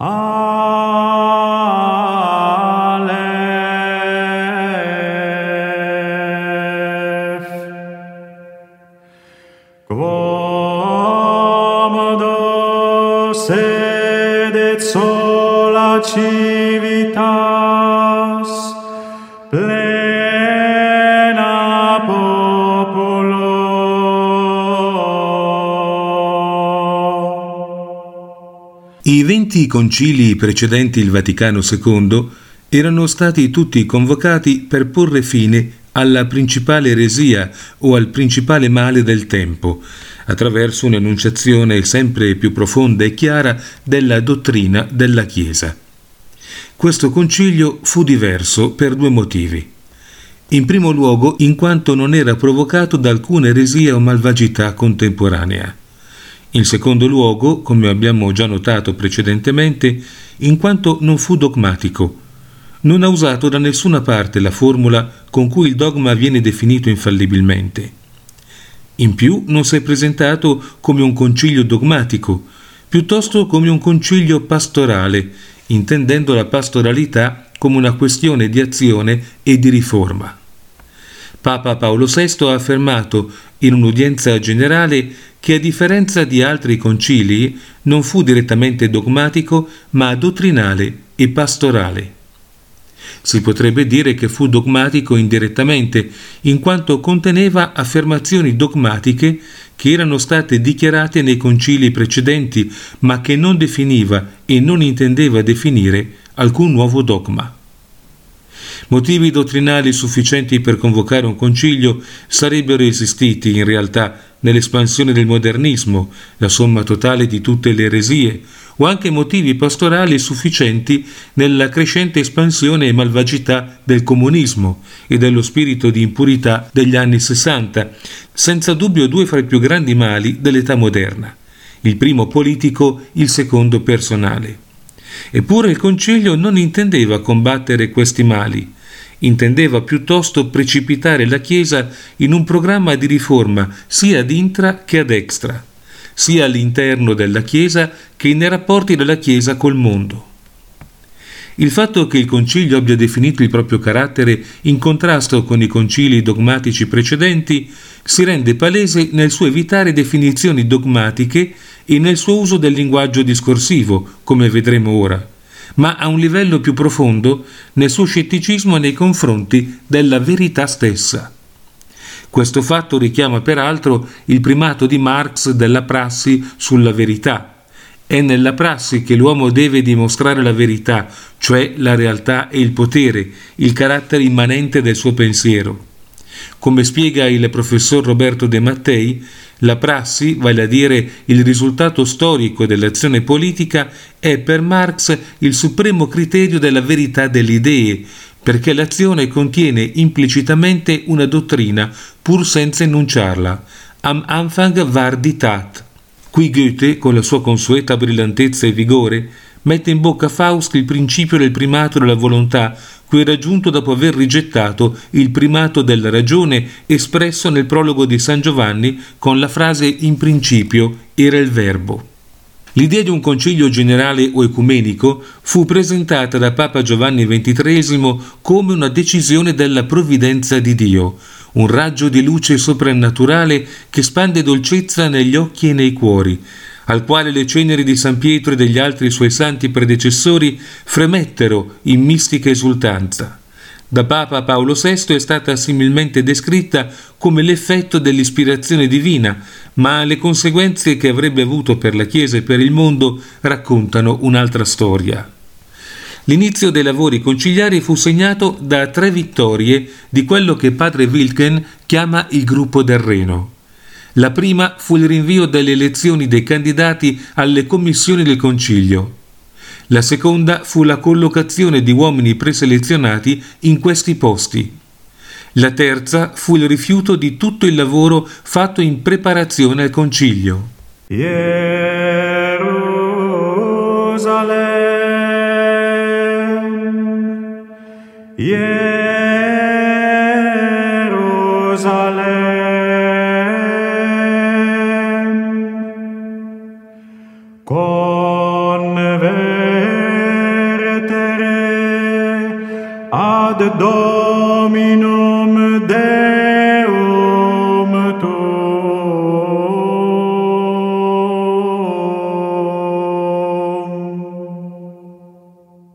Aleph. Quomodo sedet sola civitas, plena populo. I 20 concili precedenti il Vaticano II erano stati tutti convocati per porre fine alla principale eresia o al principale male del tempo, attraverso un'enunciazione sempre più profonda e chiara della dottrina della Chiesa. Questo concilio fu diverso per due motivi. In primo luogo, in quanto non era provocato da alcuna eresia o malvagità contemporanea. In secondo luogo, come abbiamo già notato precedentemente, in quanto non fu dogmatico. Non ha usato da nessuna parte la formula con cui il dogma viene definito infallibilmente. In più, non si è presentato come un concilio dogmatico, piuttosto come un concilio pastorale, intendendo la pastoralità come una questione di azione e di riforma. Papa Paolo VI ha affermato in un'udienza generale che a differenza di altri concili non fu direttamente dogmatico, ma dottrinale e pastorale. Si potrebbe dire che fu dogmatico indirettamente, in quanto conteneva affermazioni dogmatiche che erano state dichiarate nei concili precedenti, ma che non definiva e non intendeva definire alcun nuovo dogma. Motivi dottrinali sufficienti per convocare un concilio sarebbero esistiti in realtà nell'espansione del modernismo, la somma totale di tutte le eresie, o anche motivi pastorali sufficienti nella crescente espansione e malvagità del comunismo e dello spirito di impurità degli anni 60, senza dubbio due fra i più grandi mali dell'età moderna, il primo politico, il secondo personale. Eppure il concilio non intendeva combattere questi mali, intendeva piuttosto precipitare la Chiesa in un programma di riforma sia ad intra che ad extra, sia all'interno della Chiesa che nei rapporti della Chiesa col mondo. Il fatto che il concilio abbia definito il proprio carattere in contrasto con i concili dogmatici precedenti si rende palese nel suo evitare definizioni dogmatiche e nel suo uso del linguaggio discorsivo, come vedremo ora, ma a un livello più profondo nel suo scetticismo nei confronti della verità stessa. Questo fatto richiama peraltro il primato di Marx della prassi sulla verità. È nella prassi che l'uomo deve dimostrare la verità, cioè la realtà e il potere, il carattere immanente del suo pensiero. Come spiega il professor Roberto De Mattei, la prassi, vale a dire il risultato storico dell'azione politica, è per Marx il supremo criterio della verità delle idee, perché l'azione contiene implicitamente una dottrina, pur senza enunciarla. Am Anfang war die Tat. Qui Goethe, con la sua consueta brillantezza e vigore, mette in bocca a Faust il principio del primato della volontà, cui è raggiunto dopo aver rigettato il primato della ragione espresso nel prologo di San Giovanni con la frase in principio era il verbo. L'idea di un concilio generale o ecumenico fu presentata da Papa Giovanni XXIII come una decisione della provvidenza di Dio, un raggio di luce soprannaturale che spande dolcezza negli occhi e nei cuori, al quale le ceneri di San Pietro e degli altri suoi santi predecessori fremettero in mistica esultanza. Da Papa Paolo VI è stata similmente descritta come l'effetto dell'ispirazione divina, ma le conseguenze che avrebbe avuto per la Chiesa e per il mondo raccontano un'altra storia. L'inizio dei lavori conciliari fu segnato da 3 vittorie di quello che padre Wilken chiama il gruppo del Reno. La prima fu il rinvio delle elezioni dei candidati alle commissioni del concilio. La seconda fu la collocazione di uomini preselezionati in questi posti. La terza fu il rifiuto di tutto il lavoro fatto in preparazione al concilio. Convergetur ad Domino